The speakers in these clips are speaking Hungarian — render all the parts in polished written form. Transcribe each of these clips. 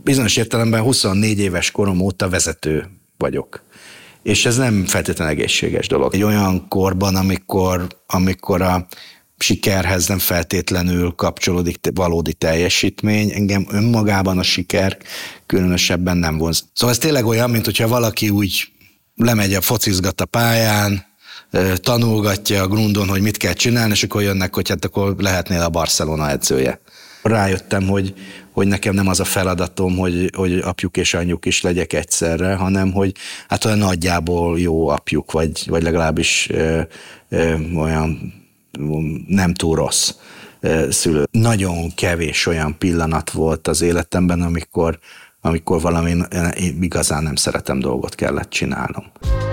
bizonyos értelemben 24 éves korom óta vezető vagyok. És ez nem feltétlenül egészséges dolog. Egy olyan korban, amikor a sikerhez nem feltétlenül kapcsolódik valódi teljesítmény, engem önmagában a siker különösebben nem vonz. Szóval ez tényleg olyan, mint hogyha valaki úgy lemegy, focizgat a pályán, tanulgatja a grundon, hogy mit kell csinálni, és akkor jönnek, hogy hát akkor lehetnél a Barcelona edzője. Rájöttem, hogy nekem nem az a feladatom, hogy apjuk és anyjuk is legyek egyszerre, hanem hogy hát olyan nagyjából jó apjuk, vagy legalábbis olyan nem túl rossz szülő. Nagyon kevés olyan pillanat volt az életemben, amikor valami igazán nem szeretem dolgot kellett csinálnom.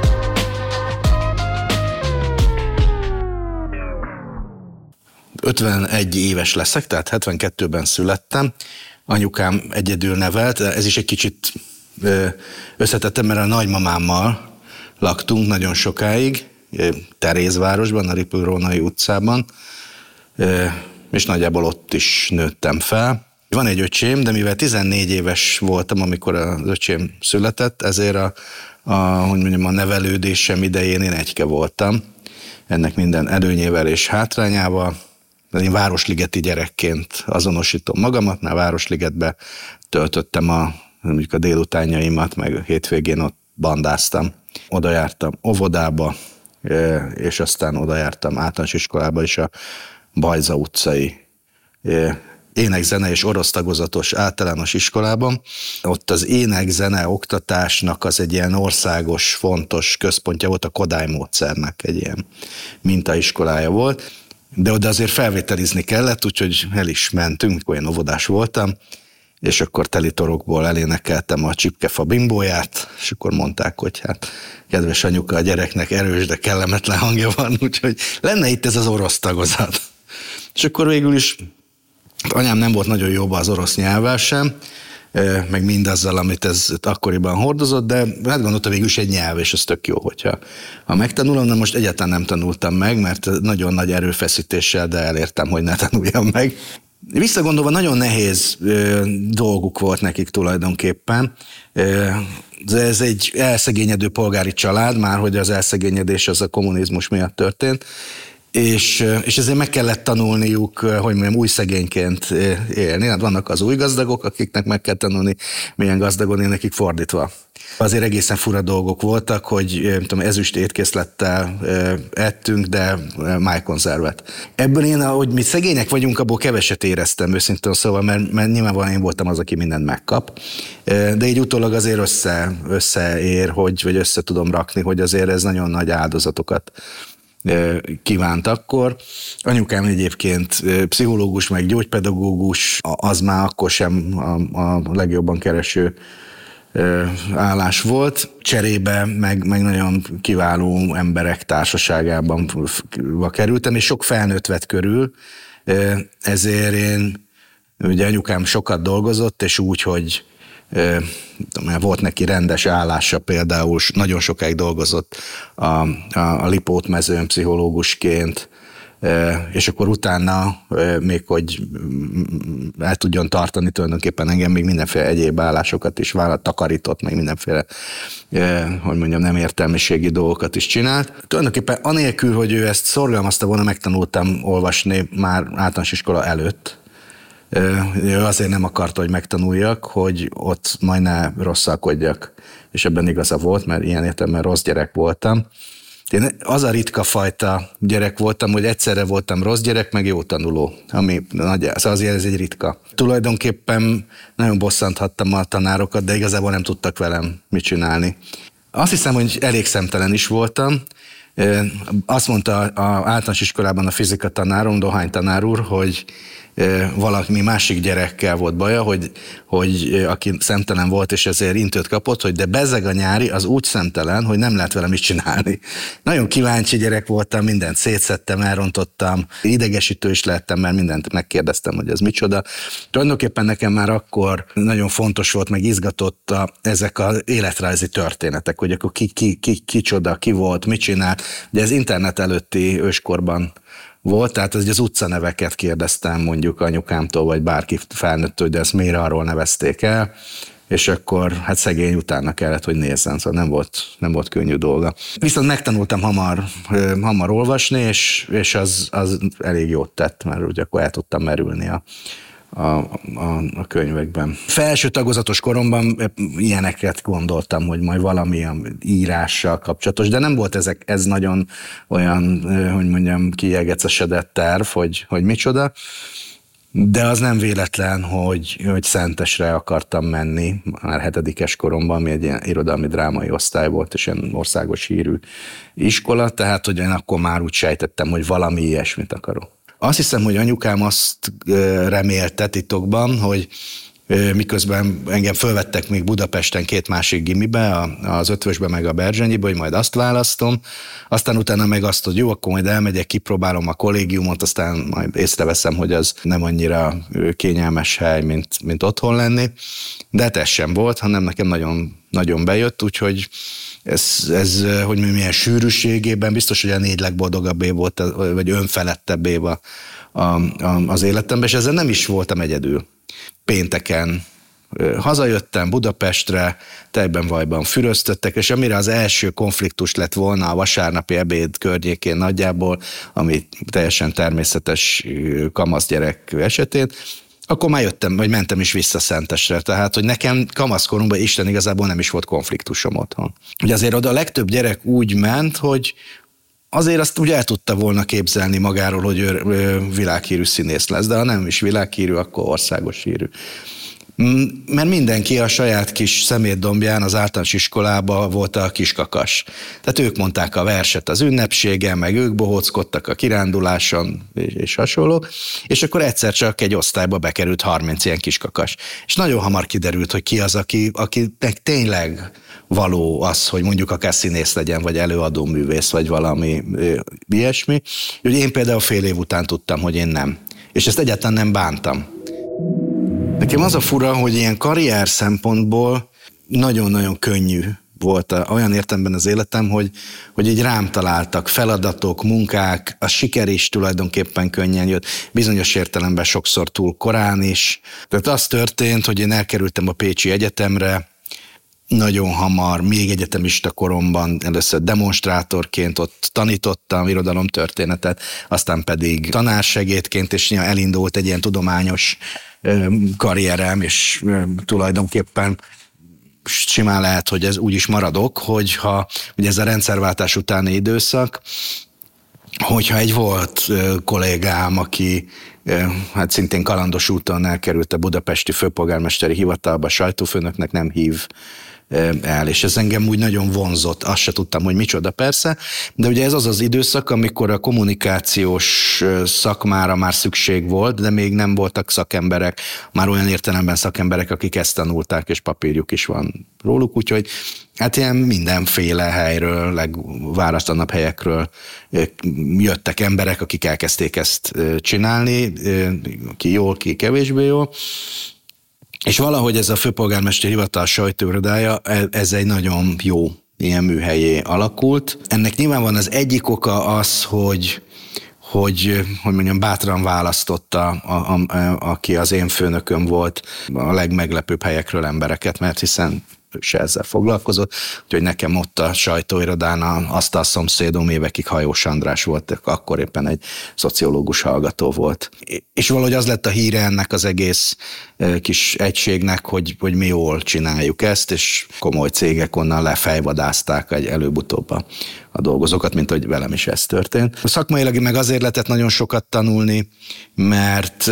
...51 éves leszek, tehát 72-ben születtem. Anyukám egyedül nevelt, ez is egy kicsit összetettem, mert a nagymamámmal laktunk nagyon sokáig, Terézvárosban, a Ripl-Rónai utcában, és nagyjából ott is nőttem fel. Van egy öcsém, de mivel 14 éves voltam, amikor az öcsém született, ezért a nevelődésem idején én egyke voltam. Ennek minden előnyével és hátrányával. Én városligeti gyerekként azonosítom magamat, mert Városligetbe töltöttem a délutánjaimat, meg hétvégén ott bandáztam. Oda jártam óvodába, és aztán oda jártam általános iskolába is a Bajza utcai ének-zene és orosz tagozatos általános iskolában. Ott az ének-zene oktatásnak az egy ilyen országos, fontos központja volt, a Kodály módszernek egy ilyen mintaiskolája volt. De oda azért felvételizni kellett, úgyhogy el is mentünk, mikor én óvodás voltam, és akkor teli torokból elénekeltem a Csipkefa bimbóját, és akkor mondták, hogy hát kedves anyuka, a gyereknek erős, de kellemetlen hangja van, úgyhogy lenne itt ez az orosz tagozat. És akkor végül is anyám nem volt nagyon jóba az orosz nyelvvel sem, meg mindazzal, amit ez akkoriban hordozott, de hát gondolta végül is egy nyelv, és ez tök jó, hogyha megtanulom, de most egyáltalán nem tanultam meg, mert nagyon nagy erőfeszítéssel, de elértem, hogy ne tanuljam meg. Visszagondolva nagyon nehéz dolguk volt nekik tulajdonképpen. Ez egy elszegényedő polgári család, már hogy az elszegényedés az a kommunizmus miatt történt, és ezért meg kellett tanulniuk, hogy mondjam, új szegényként élni. Hát vannak az új gazdagok, akiknek meg kell tanulni, milyen gazdagon élni, nekik fordítva. Azért egészen fura dolgok voltak, hogy ezüst étkészlettel ettünk, de májkonzervet. Ebből én, ahogy mi szegények vagyunk, abból keveset éreztem őszintén, szóval, mert nyilvánvalóan én voltam az, aki mindent megkap. De így utólag azért összeér, vagy össze tudom rakni, hogy azért ez nagyon nagy áldozatokat kívánt akkor. Anyukám egyébként pszichológus, meg gyógypedagógus, az már akkor sem a legjobban kereső állás volt. Cserébe meg nagyon kiváló emberek társaságában kerültem, és sok felnőtt vett körül, ezért ugye anyukám sokat dolgozott, és úgy, hogy volt neki rendes állása, például nagyon sokáig dolgozott a Lipót-mezőn pszichológusként, és akkor utána még, hogy el tudjon tartani tulajdonképpen engem, még mindenféle egyéb állásokat is vállalt, takarított, meg mindenféle, hogy mondjam, nem értelmiségi dolgokat is csinált. Tulajdonképpen anélkül, hogy ő ezt szorgalmazta volna, megtanultam olvasni már általános iskola előtt. Ő azért nem akarta, hogy megtanuljak, hogy ott majd ne rosszalkodjak, és ebben igaza volt, mert ilyen értelemben rossz gyerek voltam. Én az a ritka fajta gyerek voltam, hogy egyszerre voltam rossz gyerek, meg jó tanuló, szóval azért ez egy ritka. Tulajdonképpen nagyon bosszanthattam a tanárokat, de igazából nem tudtak velem mit csinálni. Azt hiszem, hogy elég szemtelen is voltam. Azt mondta az általános iskolában a fizika tanárom, Dohány tanár úr, hogy valami másik gyerekkel volt baja, hogy aki szemtelen volt, és ezért intőt kapott, hogy de bezzeg a nyári, az úgy szemtelen, hogy nem lehet vele mit csinálni. Nagyon kíváncsi gyerek voltam, mindent szétszedtem, elrontottam, idegesítő is lettem, mert mindent megkérdeztem, hogy ez micsoda. Tulajdonképpen nekem már akkor nagyon fontos volt, meg izgatott ezek az életrajzi történetek, hogy akkor kicsoda, ki volt, mit csinált. De ez internet előtti őskorban volt, tehát az utcaneveket kérdeztem mondjuk anyukámtól, vagy bárki felnőttől, de ezt miért arról nevezték el, és akkor hát szegény utána kellett, hogy nézzen, szóval nem volt könnyű dolga. Viszont megtanultam hamar olvasni, és az elég jót tett, mert ugye akkor el tudtam merülni a könyvekben. Felső tagozatos koromban ilyeneket gondoltam, hogy majd valami írással kapcsolatos, de nem volt ez nagyon olyan, hogy mondjam, kiegecesedett terv, hogy micsoda. De az nem véletlen, hogy Szentesre akartam menni, már 7-es koromban, ami egy ilyen irodalmi drámai osztály volt, és ilyen országos hírű iskola, tehát hogy én akkor már úgy sejtettem, hogy valami ilyesmit akarok. Azt hiszem, hogy anyukám azt remélte titokban, hogy miközben engem fölvettek még Budapesten 2 másik gimibe, az Ötvösbe meg a Berzsenyibe, hogy majd azt választom, aztán utána meg azt, hogy jó, akkor majd elmegyek, kipróbálom a kollégiumot, aztán majd észreveszem, hogy az nem annyira kényelmes hely, mint otthon lenni, de hát ez sem volt, hanem nekem nagyon, nagyon bejött, úgyhogy ez hogy milyen sűrűségében, biztos, hogy a 4 legboldogabb év volt, vagy önfeledtebb év az életemben, és ezzel nem is voltam egyedül. Pénteken hazajöttem Budapestre, tejben vajban füröztöttek, és amire az első konfliktus lett volna a vasárnapi ebéd környékén nagyjából, ami teljesen természetes kamaszgyerek esetén, akkor már jöttem, vagy mentem is vissza Szentesre. Tehát, hogy nekem kamaszkoromban Isten igazából nem is volt konfliktusom otthon. Ugye azért oda a legtöbb gyerek úgy ment, hogy azért azt úgy el tudta volna képzelni magáról, hogy ő világhírű színész lesz, de ha nem is világhírű, akkor országos hírű. Mert mindenki a saját kis szemétdombján az általános iskolában volt a kiskakas. Tehát ők mondták a verset az ünnepségen, meg ők bohóckodtak a kiránduláson, és hasonló, és akkor egyszer csak egy osztályba bekerült 30 ilyen kiskakas. És nagyon hamar kiderült, hogy ki az, akinek tényleg való az, hogy mondjuk akár színész legyen, vagy előadó művész, vagy valami ilyesmi. Úgyhogy én például fél év után tudtam, hogy én nem. És ezt egyáltalán nem bántam. Nekem az a fura, hogy ilyen karrier szempontból nagyon-nagyon könnyű volt olyan értelemben az életem, hogy így rám találtak feladatok, munkák, a siker is tulajdonképpen könnyen jött, bizonyos értelemben sokszor túl korán is. Tehát az történt, hogy én elkerültem a Pécsi Egyetemre, nagyon hamar, még egyetemista koromban először demonstrátorként ott tanítottam irodalomtörténetet, aztán pedig tanársegédként, és elindult egy ilyen tudományos karrierem, és tulajdonképpen simán lehet, hogy ez úgy is maradok, hogyha ugye ez a rendszerváltás utáni időszak, hogyha egy volt kollégám, aki hát szintén kalandos úton elkerült a budapesti főpolgármesteri hivatalba, sajtófőnöknek nem hív el, és ez engem úgy nagyon vonzott, azt se tudtam, hogy micsoda persze, de ugye ez az az időszak, amikor a kommunikációs szakmára már szükség volt, de még nem voltak szakemberek, már olyan értelemben szakemberek, akik ezt tanulták, és papírjuk is van róluk, úgyhogy hát ilyen mindenféle helyről, legváratlanabb helyekről jöttek emberek, akik elkezdték ezt csinálni, ki jól, ki kevésbé jól, és valahogy ez a főpolgármester hivatal sajtóirodája, ez egy nagyon jó ilyen műhelyé alakult. Ennek nyilván van az egyik oka az, hogy mondjam, bátran választotta, aki az én főnököm volt, a legmeglepőbb helyekről embereket, mert hiszen ő se ezzel foglalkozott, úgyhogy nekem ott a sajtóirodán azt a szomszédom évekig Hajós András volt, akkor éppen egy szociológus hallgató volt. És valahogy az lett a híre ennek az egész kis egységnek, hogy mi jól csináljuk ezt, és komoly cégek onnan lefejvadázták előbb-utóbb a dolgozókat, mint hogy velem is ez történt. Szakmailag meg azért lehetett nagyon sokat tanulni, mert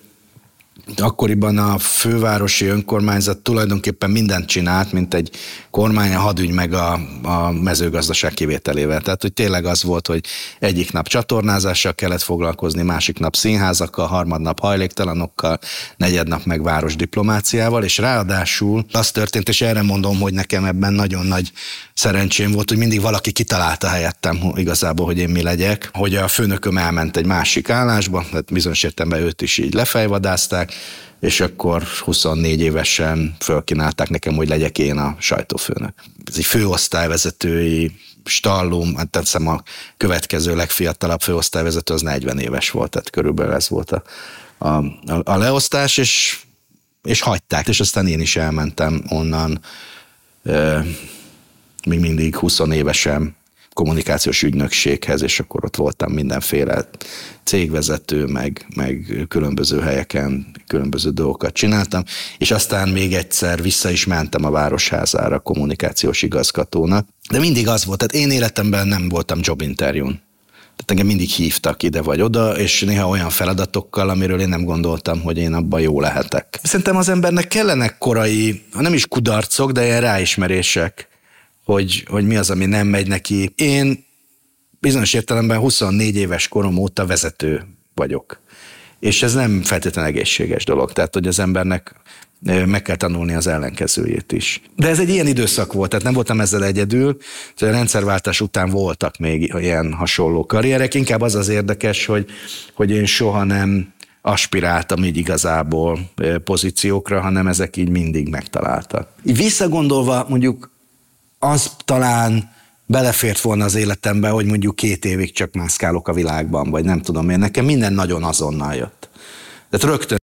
akkoriban a fővárosi önkormányzat tulajdonképpen mindent csinált, mint egy kormány, a hadügy meg a mezőgazdaság kivételével. Tehát, hogy tényleg az volt, hogy egyik nap csatornázással kellett foglalkozni, másik nap színházakkal, harmadnap hajléktalanokkal, negyednap meg városdiplomáciával, és ráadásul az történt, és erre mondom, hogy nekem ebben nagyon nagy szerencsém volt, hogy mindig valaki kitalálta helyettem igazából, hogy én mi legyek, hogy a főnököm elment egy másik állásba, tehát bizonyos értelemben őt is így lefejvadázták, leszek, és akkor 24 évesen fölkínálták nekem, hogy legyek én a sajtófőnök. Ez egy főosztályvezetői stallum, hát teszem a következő legfiatalabb főosztályvezető az 40 éves volt, tehát körülbelül ez volt a leosztás, és hagyták, és aztán én is elmentem onnan, még mindig 20 évesen kommunikációs ügynökséghez, és akkor ott voltam mindenféle cégvezető, meg különböző helyeken különböző dolgokat csináltam, és aztán még egyszer vissza is mentem a Városházára kommunikációs igazgatónak. De mindig az volt, tehát én életemben nem voltam jobinterjún. Tehát engem mindig hívtak ide vagy oda, és néha olyan feladatokkal, amiről én nem gondoltam, hogy én abban jó lehetek. Szerintem az embernek kellenek korai, ha nem is kudarcok, de ilyen ráismerések, hogy mi az, ami nem megy neki. Én bizonyos értelemben 24 éves korom óta vezető vagyok. És ez nem feltétlenül egészséges dolog. Tehát, hogy az embernek meg kell tanulni az ellenkezőjét is. De ez egy ilyen időszak volt, tehát nem voltam ezzel egyedül. A rendszerváltás után voltak még ilyen hasonló karrierek. Inkább az érdekes, hogy én soha nem aspiráltam így igazából pozíciókra, hanem ezek így mindig megtaláltak. Így visszagondolva mondjuk az talán belefért volna az életembe, hogy mondjuk 2 évig csak mászkálok a világban, vagy nem tudom én. Nekem minden nagyon azonnal jött. Tehát rögtön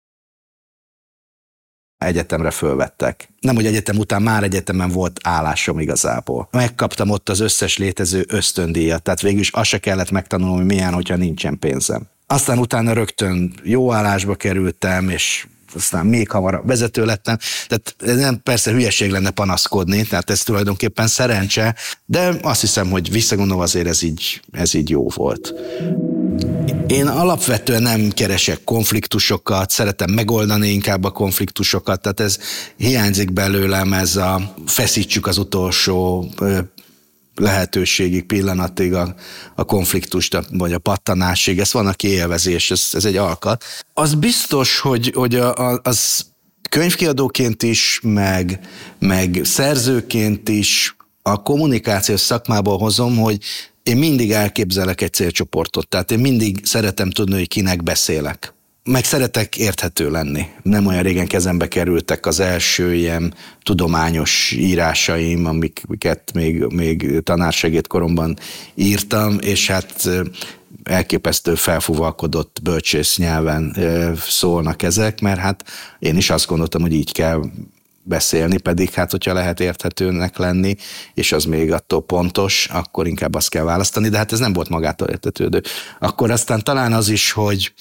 egyetemre fölvettek. Nem, hogy egyetem után már egyetemen volt állásom igazából. Megkaptam ott az összes létező ösztöndíjat, tehát végül is azt se kellett megtanulnom, hogy milyen, hogyha nincsen pénzem. Aztán utána rögtön jó állásba kerültem, és aztán még hamarabb vezető lettem. Tehát nem persze hülyeség lenne panaszkodni, tehát ez tulajdonképpen szerencse, de azt hiszem, hogy visszagondolva azért ez így jó volt. Én alapvetően nem keresek konfliktusokat, szeretem megoldani inkább a konfliktusokat, tehát ez hiányzik belőlem, ez a feszítsük az utolsó lehetőségig, pillanatig a konfliktust, vagy a pattanásig, ez van, aki élvezi, és ez egy alkat. Az biztos, hogy az könyvkiadóként is, meg szerzőként is a kommunikációs szakmából hozom, hogy én mindig elképzelek egy célcsoportot, tehát én mindig szeretem tudni, hogy kinek beszélek. Meg szeretek érthető lenni. Nem olyan régen kezembe kerültek az első ilyen tudományos írásaim, amiket még tanársegédkoromban írtam, és hát elképesztő felfúvalkodott bölcsész nyelven szólnak ezek, mert hát én is azt gondoltam, hogy így kell beszélni, pedig hát, hogyha lehet érthetőnek lenni, és az még attól pontos, akkor inkább azt kell választani, de hát ez nem volt magától értetődő. Akkor aztán talán az is,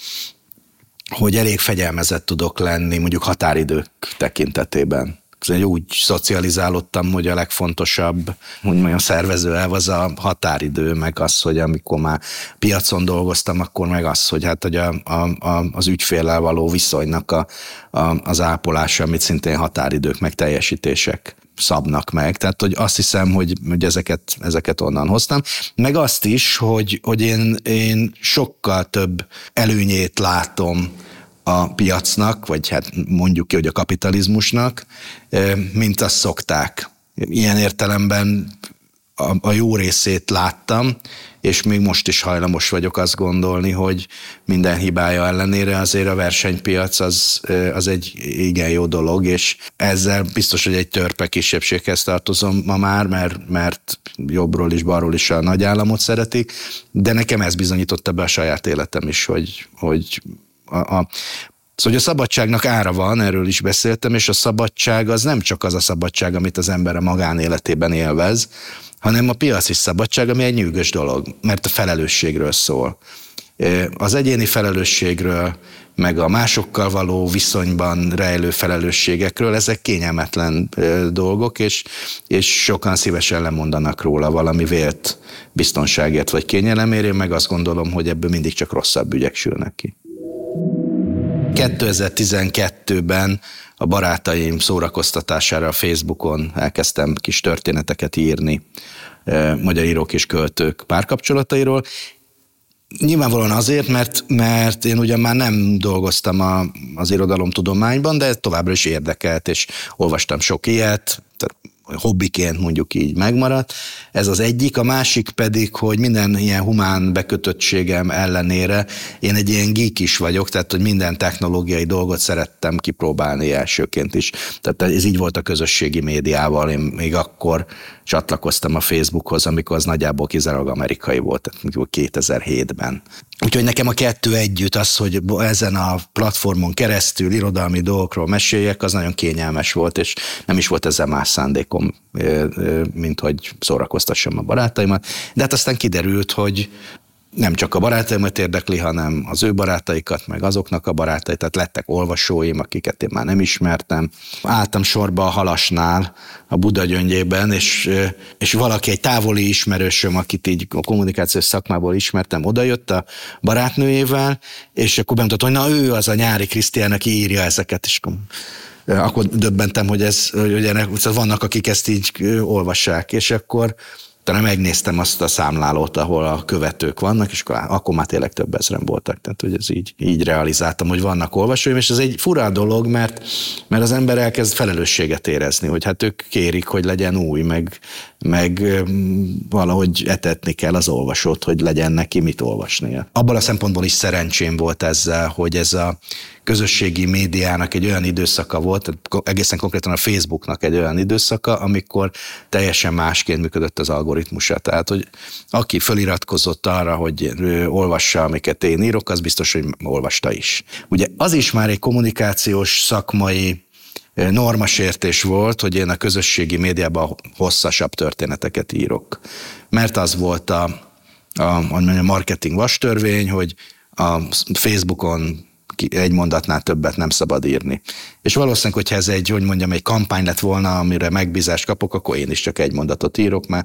hogy elég fegyelmezett tudok lenni, mondjuk határidők tekintetében. Úgy szocializálódtam, hogy a legfontosabb, hogy mondjam, szervező elv az a határidő, meg az, hogy amikor már piacon dolgoztam, akkor meg az, hogy hát hogy az ügyféllel való viszonynak az ápolása, amit szintén határidők, meg teljesítések szabnak meg. Tehát, hogy azt hiszem, hogy ezeket onnan hoztam. Meg azt is, hogy én sokkal több előnyét látom a piacnak, vagy hát mondjuk ki, hogy a kapitalizmusnak, mint azt szokták. Ilyen értelemben a jó részét láttam, és még most is hajlamos vagyok azt gondolni, hogy minden hibája ellenére azért a versenypiac az egy igen jó dolog, és ezzel biztos, hogy egy törpe kisebbséghez tartozom ma már, mert jobbról is, balról is a nagyállamot szeretik, de nekem ez bizonyította be a saját életem is, hogy Szóval a szabadságnak ára van, erről is beszéltem, és a szabadság az nem csak az a szabadság, amit az ember a magánéletében élvez, hanem a piaci szabadság, ami egy nyűgös dolog, mert a felelősségről szól. Az egyéni felelősségről, meg a másokkal való viszonyban rejlő felelősségekről, ezek kényelmetlen dolgok, és sokan szívesen lemondanak róla valami vélt biztonságért vagy kényelemért, én meg azt gondolom, hogy ebből mindig csak rosszabb ügyek sülnek ki. 2012-ben a barátaim szórakoztatására a Facebookon elkezdtem kis történeteket írni magyar írók és költők párkapcsolatairól. Nyilvánvalóan azért, mert én ugyan már nem dolgoztam az irodalomtudományban, de továbbra is érdekelt, és olvastam sok ilyet, hobbiként mondjuk így megmaradt. Ez az egyik, a másik pedig, hogy minden ilyen humán bekötöttségem ellenére én egy ilyen geek is vagyok, tehát hogy minden technológiai dolgot szerettem kipróbálni elsőként is. Tehát ez így volt a közösségi médiával, én még akkor csatlakoztam a Facebookhoz, amikor az nagyjából kizárólag amerikai volt, tehát 2007-ben. Úgyhogy nekem a kettő együtt az, hogy ezen a platformon keresztül irodalmi dolgokról meséljek, az nagyon kényelmes volt, és nem is volt ezzel más szándékom, mint hogy szórakoztassam a barátaimat. De hát aztán kiderült, hogy nem csak a barátaimat érdekli, hanem az ő barátaikat, meg azoknak a barátait, tehát lettek olvasóim, akiket én már nem ismertem. Álltam sorba a Halasnál, a Buda Gyöngyében, és valaki, egy távoli ismerősöm, akit így a kommunikációs szakmából ismertem, odajött a barátnőjével, és akkor bemutatta, hogy na ő az a Nyári Krisztián, aki írja ezeket, és akkor döbbentem, hogy vannak, akik ezt így olvassák, és akkor talán megnéztem azt a számlálót, ahol a követők vannak, és akkor már tényleg több ezren voltak. Tehát, hogy ez így realizáltam, hogy vannak olvasóim, és ez egy fura dolog, mert az ember elkezd felelősséget érezni, hogy hát ők kérik, hogy legyen új, meg valahogy etetni kell az olvasót, hogy legyen neki mit olvasnia. Abban a szempontból is szerencsém volt ezzel, hogy ez a közösségi médiának egy olyan időszaka volt, egészen konkrétan a Facebooknak egy olyan időszaka, amikor teljesen másként működött az algoritmusa. Tehát, hogy aki föliratkozott arra, hogy olvassa, amiket én írok, az biztos, hogy olvasta is. Ugye az is már egy kommunikációs szakmai normasértés volt, hogy én a közösségi médiában hosszasabb történeteket írok. Mert az volt a marketing vastörvény, hogy a Facebookon egy mondatnál többet nem szabad írni. És valószínűleg, hogyha ez egy kampány lett volna, amire megbízást kapok, akkor én is csak egy mondatot írok, mert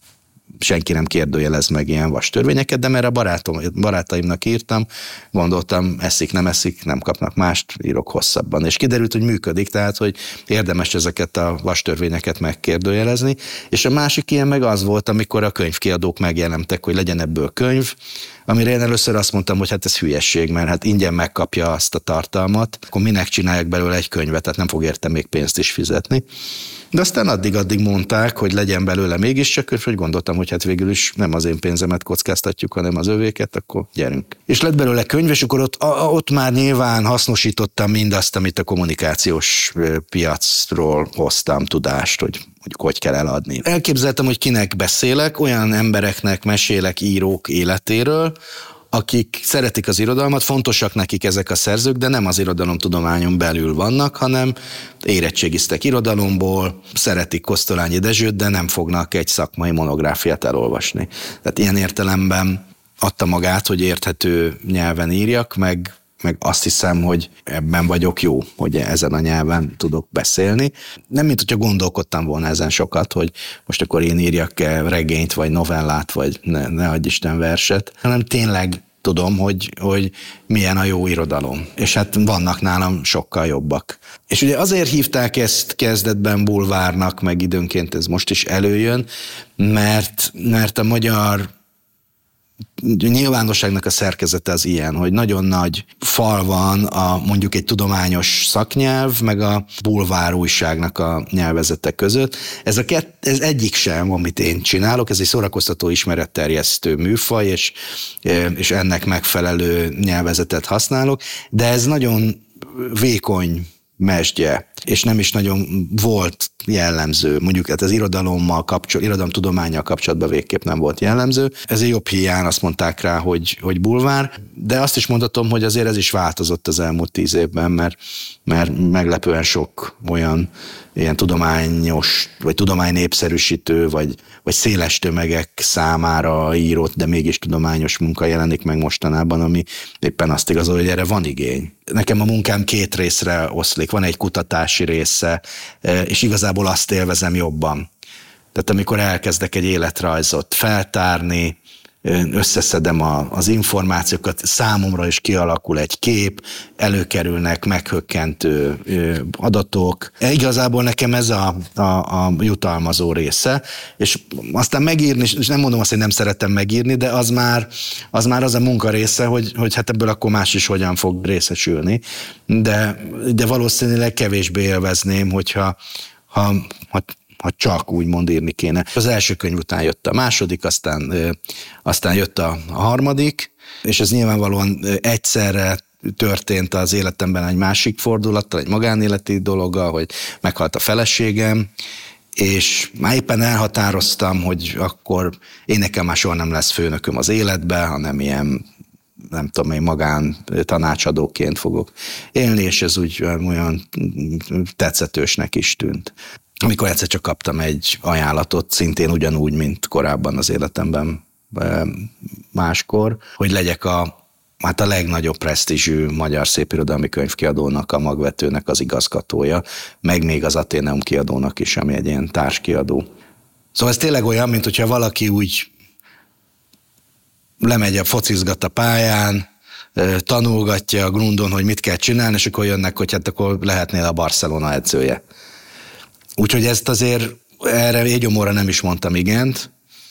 senki nem kérdőjelez meg ilyen vastörvényeket, de mert a barátaimnak írtam, gondoltam, eszik, nem kapnak mást, írok hosszabban. És kiderült, hogy működik, tehát, hogy érdemes ezeket a vastörvényeket megkérdőjelezni. És a másik ilyen meg az volt, amikor a könyvkiadók megjelentek, hogy legyen ebből könyv, amire én először azt mondtam, hogy hát ez hülyesség, mert hát ingyen megkapja azt a tartalmat, akkor minek csináljak belőle egy könyvet, tehát nem fog érte még pénzt is fizetni. De aztán addig mondták, hogy legyen belőle mégiscsak, és hogy gondoltam, hogy hát végül is nem az én pénzemet kockáztatjuk, hanem az övéket, akkor gyerünk. És lett belőle könyv, és akkor ott már nyilván hasznosítottam mindazt, amit a kommunikációs piacról hoztam tudást, hogy kell eladni. Elképzeltem, hogy kinek beszélek, olyan embereknek mesélek írók életéről, akik szeretik az irodalmat, fontosak nekik ezek a szerzők, de nem az irodalomtudományon belül vannak, hanem érettségiztek irodalomból, szeretik Kosztolányi Dezsőt, de nem fognak egy szakmai monográfiát elolvasni. Tehát ilyen értelemben adta magát, hogy érthető nyelven írjak, meg azt hiszem, hogy ebben vagyok jó, hogy ezen a nyelven tudok beszélni. Nem, mint hogyha gondolkodtam volna ezen sokat, hogy most akkor én írjak-e regényt, vagy novellát, vagy ne adj Isten verset, hanem tényleg tudom, hogy milyen a jó irodalom. És hát vannak nálam sokkal jobbak. És ugye azért hívták ezt kezdetben bulvárnak, meg időnként ez most is előjön, mert a magyar nyilvánosságnak a szerkezete az ilyen, hogy nagyon nagy fal van mondjuk egy tudományos szaknyelv, meg a bulvár újságnak a nyelvezete között. Ez egyik sem, amit én csinálok, ez egy szórakoztató ismeretterjesztő műfaj, és ennek megfelelő nyelvezetet használok, de ez nagyon vékony mesdje, és nem is nagyon volt jellemző. Mondjuk hát az irodalomtudománnyal kapcsolatban végképp nem volt jellemző. Ez jobb hiány, azt mondták rá, hogy bulvár, de azt is mondhatom, hogy azért ez is változott az elmúlt 10 évben, mert meglepően sok olyan ilyen tudományos, vagy tudománynépszerűsítő, vagy széles tömegek számára írott, de mégis tudományos munka jelenik meg mostanában, ami éppen azt igazol, hogy erre van igény. Nekem a munkám 2 részre oszlik. Van egy kutatási része, és igazából azt élvezem jobban. Tehát amikor elkezdek egy életrajzot feltárni, összeszedem az információkat, számomra is kialakul egy kép, előkerülnek meghökkentő adatok. Igazából nekem ez a jutalmazó része, és aztán megírni, és nem mondom azt, hogy nem szeretem megírni, de az már az a munka része, hogy hát ebből akkor más is hogyan fog részesülni. De valószínűleg kevésbé élvezném, hogyha ha csak úgymond írni kéne. Az első könyv után jött a második, aztán jött a harmadik, és ez nyilvánvalóan egyszerre történt az életemben egy másik fordulattal, egy magánéleti dologgal, hogy meghalt a feleségem, és már éppen elhatároztam, hogy akkor én nekem már soha nem lesz főnököm az életbe, hanem ilyen, nem tudom, én magán tanácsadóként fogok élni, és ez úgy olyan tetszetősnek is tűnt. Amikor egyszer csak kaptam egy ajánlatot, szintén ugyanúgy, mint korábban az életemben máskor, hogy legyek a legnagyobb presztízsű magyar szépirodalmi könyvkiadónak, a Magvetőnek az igazgatója, meg még az Atheneum kiadónak is, ami egy ilyen társkiadó. Szóval ez tényleg olyan, mint hogyha valaki úgy lemegy a focizgat a pályán, tanulgatja a grundon, hogy mit kell csinálni, és akkor jönnek, hogy hát akkor lehetnél a Barcelona edzője. Úgyhogy ezt azért erre égyomóra nem is mondtam igent.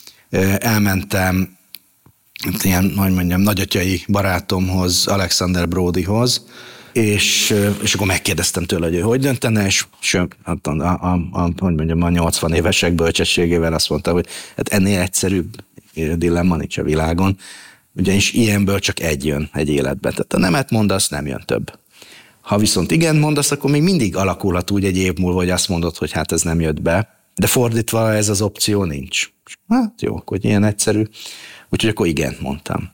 Elmentem ilyen, hogy mondjam, nagyatyai barátomhoz, Alexander Brodyhoz, és akkor megkérdeztem tőle, hogy döntene, és hogy mondjam, a 80 évesek bölcsességével azt mondta, hogy hát ennél egyszerűbb dilemma nincs a világon, ugyanis ilyenből csak egy jön egy életbe. Tehát ha nemet mondasz, nem jön több. Ha viszont igen mondasz, akkor még mindig alakulhat úgy egy év múlva, hogy azt mondod, hogy hát ez nem jött be, de fordítva ez az opció nincs. Hát jó, hogy ilyen egyszerű. Úgyhogy akkor igen, mondtam.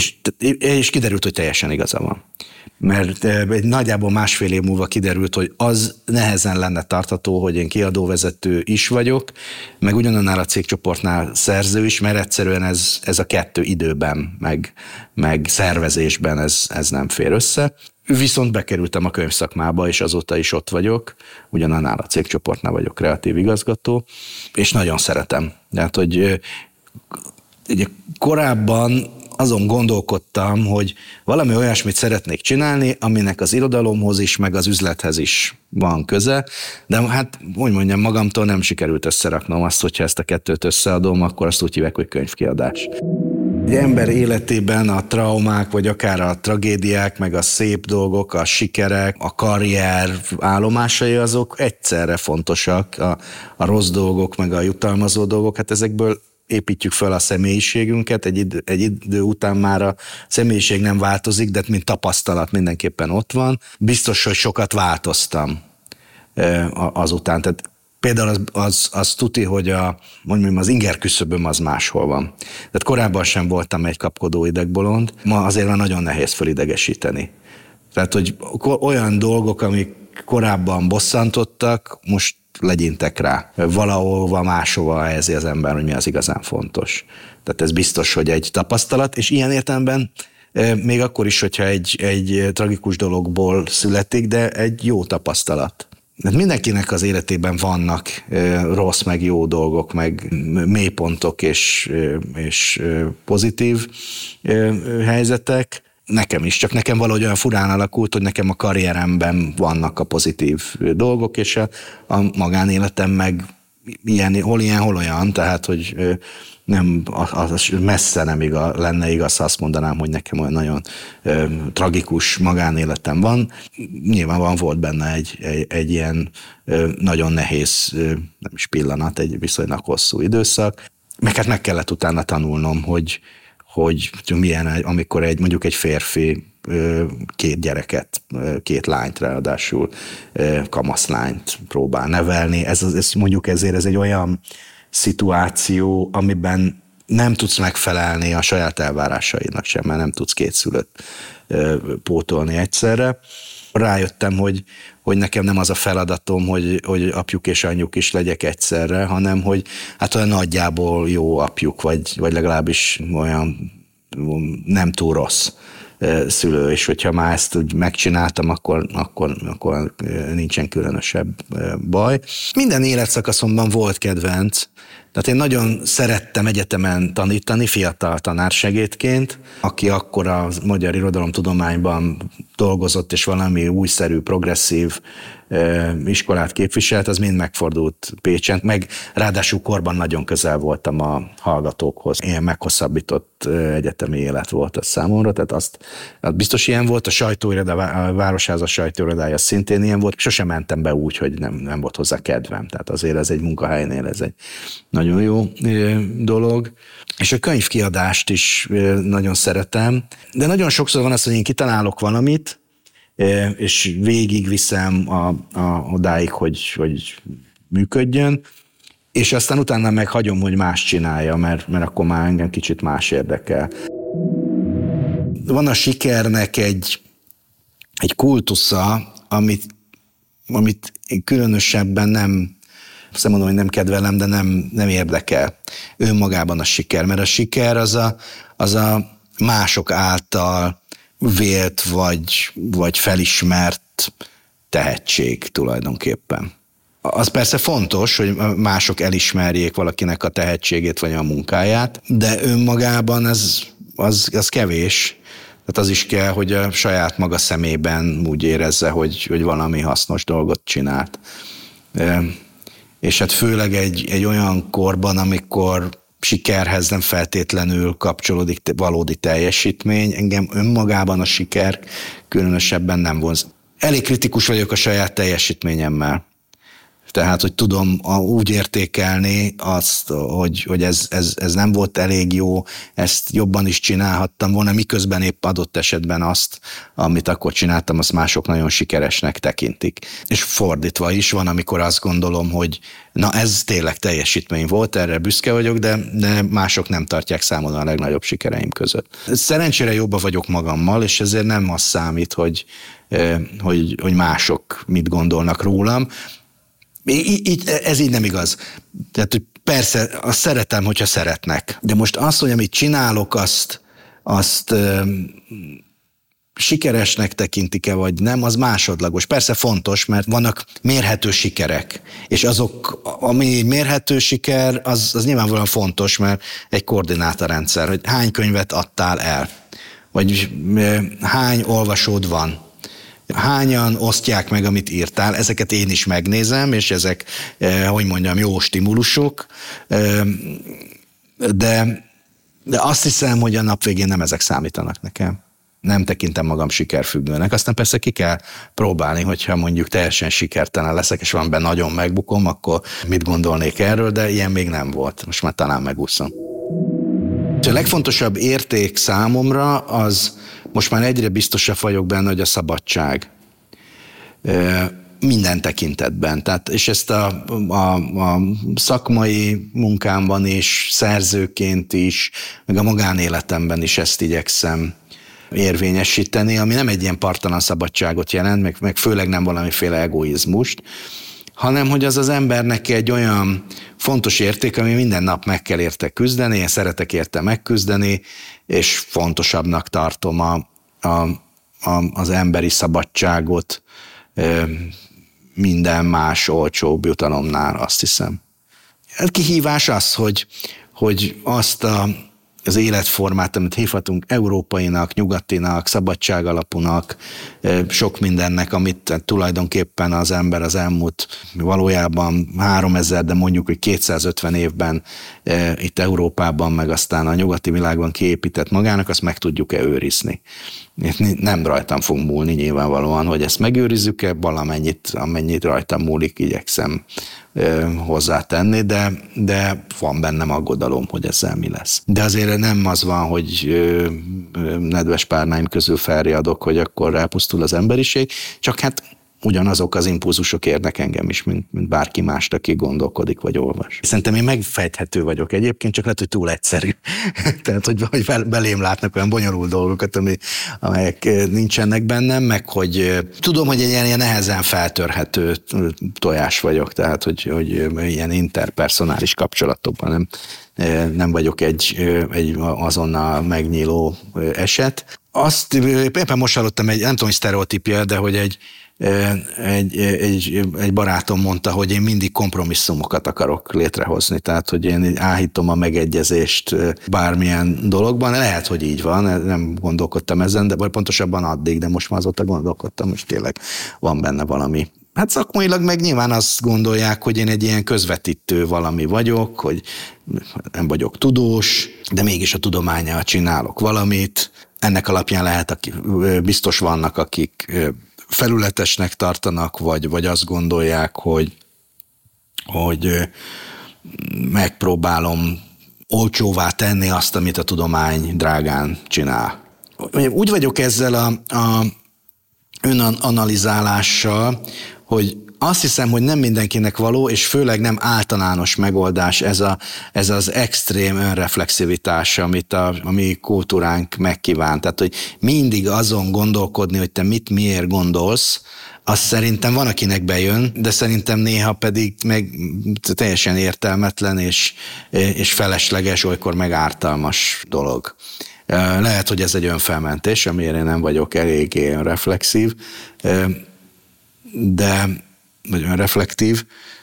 És kiderült, hogy teljesen igaza van. Mert nagyjából másfél év múlva kiderült, hogy az nehezen lenne tartható, hogy én kiadóvezető is vagyok, meg ugyanannál a cégcsoportnál szerző is, mert egyszerűen ez a kettő időben, meg szervezésben ez nem fér össze. Viszont bekerültem a könyvszakmába, és azóta is ott vagyok, ugyanannál a cégcsoportnál vagyok kreatív igazgató, és nagyon szeretem. Tehát, hogy ugye korábban azon gondolkodtam, hogy valami olyasmit szeretnék csinálni, aminek az irodalomhoz is, meg az üzlethez is van köze, de hát, úgy mondjam, magamtól nem sikerült összeraknom azt, hogyha ezt a kettőt összeadom, akkor azt úgy hívják, hogy könyvkiadás. Egy ember életében a traumák, vagy akár a tragédiák, meg a szép dolgok, a sikerek, a karrier állomásai azok egyszerre fontosak, a rossz dolgok, meg a jutalmazó dolgok, hát ezekből építjük fel a személyiségünket, egy idő után már a személyiség nem változik, de mint tapasztalat mindenképpen ott van. Biztos, hogy sokat változtam azután. Tehát például az tuti, hogy az inger küszöböm az máshol van. Tehát korábban sem voltam egy kapkodó idegbolond, ma azért már nagyon nehéz fölidegesíteni. Tehát, hogy olyan dolgok, amik korábban bosszantottak, most legyintek rá. Valahova máshova helyezi az ember, hogy mi az igazán fontos. Tehát ez biztos, hogy egy tapasztalat, és ilyen értelemben még akkor is, hogyha egy tragikus dologból születik, de egy jó tapasztalat. Mert mindenkinek az életében vannak rossz, meg jó dolgok, meg mélypontok és pozitív helyzetek. Nekem is, csak nekem valahogy olyan furán alakult, hogy nekem a karrieremben vannak a pozitív dolgok, és a magánéletem meg hol ilyen, hol olyan, tehát, hogy nem, az messze nem lenne igaz, ha azt mondanám, hogy nekem olyan nagyon tragikus magánéletem van. Nyilvánvalóan volt benne egy ilyen nagyon nehéz, nem is pillanat, egy viszonylag hosszú időszak, meg hát meg kellett utána tanulnom, hogy milyen, amikor mondjuk egy férfi 2 gyereket, 2 lányt ráadásul, kamaszlányt próbál nevelni. Ez mondjuk ezért ez egy olyan szituáció, amiben nem tudsz megfelelni a saját elvárásaidnak sem, mert nem tudsz 2 szülőt pótolni egyszerre. Rájöttem, hogy nekem nem az a feladatom, hogy apjuk és anyjuk is legyek egyszerre, hanem hogy hát olyan nagyjából jó apjuk, vagy legalábbis olyan nem túl rossz szülő, és hogyha már ezt úgy megcsináltam, akkor nincsen különösebb baj. Minden életszakaszomban volt kedvenc, Tehát én nagyon szerettem egyetemen tanítani, fiatal tanársegédként, aki akkor a magyar irodalomtudományban dolgozott, és valami újszerű, progresszív iskolát képviselt, az mind megfordult Pécsen, meg ráadásul korban nagyon közel voltam a hallgatókhoz. Ilyen meghosszabbított egyetemi élet volt az számomra, tehát azt biztos ilyen volt, a sajtóiroda, a Városháza sajtóirodája szintén ilyen volt, sosem mentem be úgy, hogy nem volt hozzá kedvem, tehát azért ez egy munkahelynél, ez egy nagyon jó dolog. És a könyvkiadást is nagyon szeretem, de nagyon sokszor van az, hogy én kitalálok valamit, és végigviszem odáig, hogy működjön, és aztán utána meg hagyom, hogy más csinálja, mert akkor már engem kicsit más érdekel. Van a sikernek egy kultusza, amit én különösebben nem, azt mondom, hogy nem kedvelem, de nem érdekel önmagában a siker, mert a siker az a mások által vélt vagy felismert tehetség tulajdonképpen. Az persze fontos, hogy mások elismerjék valakinek a tehetségét vagy a munkáját, de önmagában az kevés. Tehát az is kell, hogy a saját maga szemében úgy érezze, hogy valami hasznos dolgot csinált. És hát főleg egy olyan korban, amikor sikerhez nem feltétlenül kapcsolódik valódi teljesítmény, engem önmagában a siker különösebben nem vonz. Elég kritikus vagyok a saját teljesítményemmel. Tehát, hogy tudom úgy értékelni azt, hogy ez nem volt elég jó, ezt jobban is csinálhattam volna, miközben épp adott esetben azt, amit akkor csináltam, azt mások nagyon sikeresnek tekintik. És fordítva is van, amikor azt gondolom, hogy na ez tényleg teljesítmény volt, erre büszke vagyok, de mások nem tartják számon a legnagyobb sikereim között. Szerencsére jobban vagyok magammal, és ezért nem az számít, hogy mások mit gondolnak rólam. Ez így nem igaz. Tehát, hogy persze, azt szeretem, hogyha szeretnek. De most azt, hogy amit csinálok, azt sikeresnek tekintik-e, vagy nem, az másodlagos. Persze fontos, mert vannak mérhető sikerek. És azok, ami mérhető siker, az nyilvánvalóan fontos, mert egy koordinátorrendszer, hogy hány könyvet adtál el, vagy hány olvasód van. Hányan osztják meg, amit írtál, ezeket én is megnézem, és ezek, hogy mondjam, jó stimulusok, de azt hiszem, hogy a nap végén nem ezek számítanak nekem. Nem tekintem magam sikerfüggőnek. Aztán persze ki kell próbálni, hogyha mondjuk teljesen sikertelen leszek, és valamiben nagyon megbukom, akkor mit gondolnék erről, de ilyen még nem volt. Most már talán megúszom. A legfontosabb érték számomra az, most már egyre biztosabb vagyok benne, hogy a szabadság. Minden tekintetben. Tehát, és ezt a szakmai munkámban is, szerzőként is, meg a magánéletemben is ezt igyekszem érvényesíteni, ami nem egy ilyen parttalan szabadságot jelent, meg főleg nem valamiféle egoizmust, hanem hogy az embernek egy olyan fontos érték, ami minden nap meg kell érte küzdeni, én szeretek érte megküzdeni, és fontosabbnak tartom az emberi szabadságot minden más olcsóbb jutalomnál, azt hiszem. A kihívás az, hogy azt az életformát, amit hívhatunk európainak, nyugatinak, szabadságalapúnak, sok mindennek, amit tulajdonképpen az ember az elmúlt valójában 3000, de mondjuk, hogy 250 évben itt Európában, meg aztán a nyugati világban kiépített magának, azt meg tudjuk-e őrizni. Nem rajtam fog múlni nyilvánvalóan, hogy ezt megőrizzük-e, valamennyit, amennyit rajtam múlik, igyekszem hozzátenni, de van bennem aggodalom, hogy ezzel mi lesz. De azért nem az van, hogy nedves párnáim közül felriadok, hogy akkor elpusztul az emberiség, csak hát ugyanazok az impulzusok érnek engem is, mint bárki mást, aki gondolkodik vagy olvas. Szerintem én megfejthető vagyok egyébként, csak lehet, hogy túl egyszerű. Tehát, hogy belém látnak olyan bonyolult dolgokat, amelyek nincsenek bennem, meg hogy tudom, hogy egy ilyen nehezen feltörhető tojás vagyok, tehát, hogy ilyen interpersonális kapcsolatokban nem vagyok egy azonnal megnyíló eset. Azt éppen most hallottam egy, nem tudom, hogy sztereotípia, de hogy egy barátom mondta, hogy én mindig kompromisszumokat akarok létrehozni, tehát hogy én áhítom a megegyezést bármilyen dologban. Lehet, hogy így van, nem gondolkodtam ezen, de vagy pontosabban addig, de most már azóta gondolkodtam, és tényleg van benne valami. Hát szakmailag meg nyilván azt gondolják, hogy én egy ilyen közvetítő valami vagyok, hogy nem vagyok tudós, de mégis a tudománnyal csinálok valamit. Ennek alapján lehet, biztos vannak, akik felületesnek tartanak, vagy azt gondolják, hogy megpróbálom olcsóvá tenni azt, amit a tudomány drágán csinál. Úgy vagyok ezzel a önanalizálással, hogy azt hiszem, hogy nem mindenkinek való, és főleg nem általános megoldás ez az extrém önreflexivitás, amit a mi kultúránk megkíván. Tehát, hogy mindig azon gondolkodni, hogy te miért gondolsz, az szerintem van, akinek bejön, de szerintem néha pedig meg teljesen értelmetlen és felesleges, olykor meg ártalmas dolog. Lehet, hogy ez egy önfelmentés, amire én nem vagyok eléggé önreflexív, vagy önreflektív,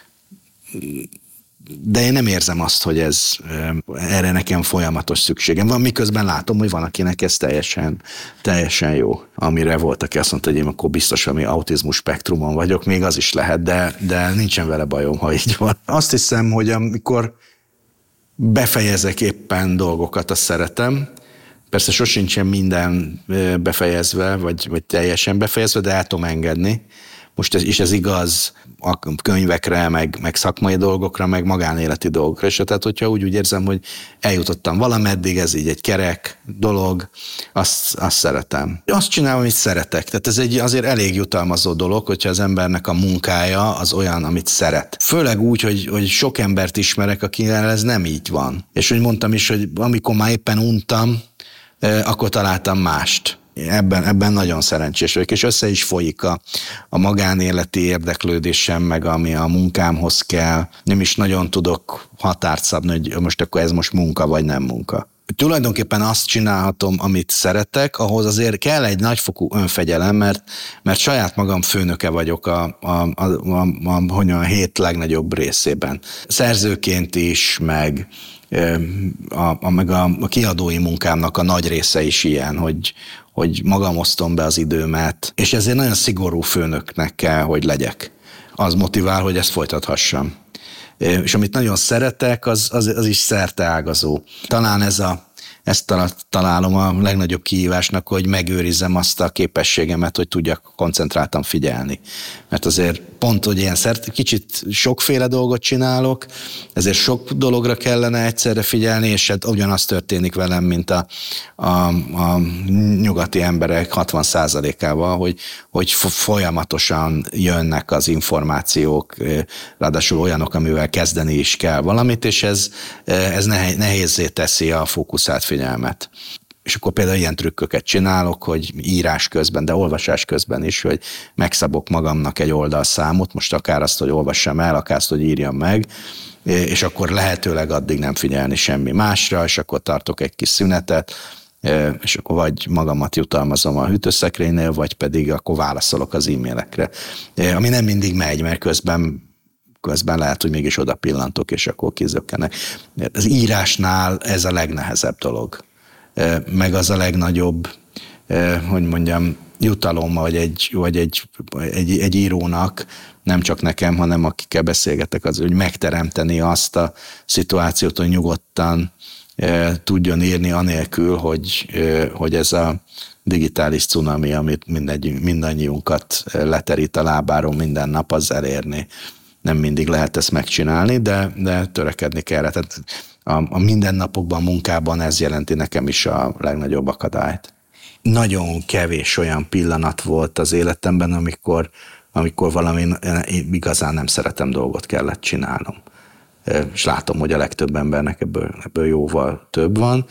de én nem érzem azt, hogy erre nekem folyamatos szükségem van, miközben látom, hogy van, akinek ez teljesen jó. Amire volt, aki azt mondta, hogy én akkor biztos, ami autizmus spektrumon vagyok, még az is lehet, de nincsen vele bajom, ha így van. Azt hiszem, hogy amikor befejezek éppen dolgokat, azt szeretem. Persze sosincsen minden befejezve, vagy teljesen befejezve, de el tudom engedni. Most ez igaz a könyvekre, meg szakmai dolgokra, meg magánéleti dolgokra. És tehát, hogyha úgy érzem, hogy eljutottam valameddig, ez így egy kerek dolog, azt szeretem. Azt csinálom, amit szeretek. Tehát ez egy azért elég jutalmazó dolog, hogyha az embernek a munkája az olyan, amit szeret. Főleg úgy, hogy sok embert ismerek, akivel ez nem így van. És úgy mondtam is, hogy amikor már éppen untam, akkor találtam mást. Ebben nagyon szerencsés vagyok, és össze is folyik a magánéleti érdeklődésem, meg ami a munkámhoz kell. Nem is nagyon tudok határt szabni, hogy most akkor ez most munka, vagy nem munka. Tulajdonképpen azt csinálhatom, amit szeretek, ahhoz azért kell egy nagyfokú önfegyelem, mert saját magam főnöke vagyok a hét legnagyobb részében. Szerzőként is, meg a kiadói munkámnak a nagy része is ilyen, hogy magam osztom be az időmet, és ezért nagyon szigorú főnöknek kell, hogy legyek. Az motivál, hogy ezt folytathassam. És amit nagyon szeretek, az is szerteágazó. Talán ezt találom a legnagyobb kihívásnak, hogy megőrizzem azt a képességemet, hogy tudjak koncentráltan figyelni. Mert azért pont, hogy ilyen kicsit sokféle dolgot csinálok, ezért sok dologra kellene egyszerre figyelni, és hát ugyanaz történik velem, mint a nyugati emberek 60%-ával, hogy folyamatosan jönnek az információk, ráadásul olyanok, amivel kezdeni is kell valamit, és ez nehézzé teszi a fókuszált figyelmet. És akkor például ilyen trükköket csinálok, hogy írás közben, de olvasás közben is, hogy megszabok magamnak egy oldalszámot, most akár azt, hogy olvassam el, akár azt, hogy írjam meg, és akkor lehetőleg addig nem figyelni semmi másra, és akkor tartok egy kis szünetet, és akkor vagy magamat jutalmazom a hűtőszekrénynél, vagy pedig akkor válaszolok az e-mailekre. Ami nem mindig megy, mert közben lehet, hogy mégis oda pillantok, és akkor kizökkenek. Az írásnál ez a legnehezebb dolog. Meg az a legnagyobb, hogy mondjam, jutalom, vagy egy írónak, nem csak nekem, hanem akikkel beszélgetek, az, hogy megteremteni azt a szituációt, hogy nyugodtan tudjon írni anélkül, hogy ez a digitális cunami, amit mindannyiunkat leterít a lábáról minden nap, az elérni. Nem mindig lehet ezt megcsinálni, de törekedni kell. Tehát a mindennapokban, munkában ez jelenti nekem is a legnagyobb akadályt. Nagyon kevés olyan pillanat volt az életemben, amikor valami igazán nem szeretem dolgot kellett csinálnom. És látom, hogy a legtöbb embernek ebből jóval több van.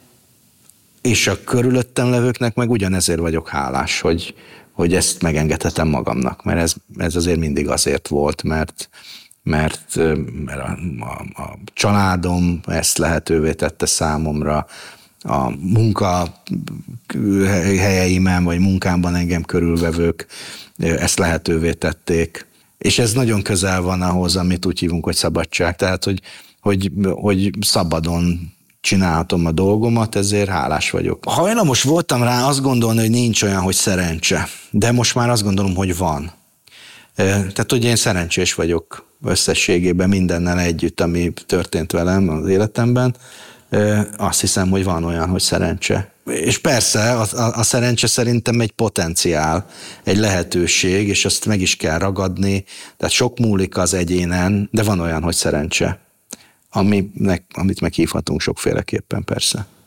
És a körülöttem levőknek meg ugyanezért vagyok hálás, hogy ezt megengedhetem magamnak. Mert ez azért mindig azért volt, mert a családom ezt lehetővé tette számomra, a munka helyeimen, vagy munkámban engem körülvevők ezt lehetővé tették. És ez nagyon közel van ahhoz, amit úgy hívunk, hogy szabadság. Tehát, hogy szabadon csinálhatom a dolgomat, ezért hálás vagyok. Hajlamos voltam rá azt gondolni, hogy nincs olyan, hogy szerencse. De most már azt gondolom, hogy van. Tehát, hogy én szerencsés vagyok összességében mindennel együtt, ami történt velem az életemben. Azt hiszem, hogy van olyan, hogy szerencse. És persze a szerencse szerintem egy potenciál, egy lehetőség, és azt meg is kell ragadni. Tehát sok múlik az egyénen, de van olyan, hogy szerencse, amit meghívhatunk sokféleképpen persze.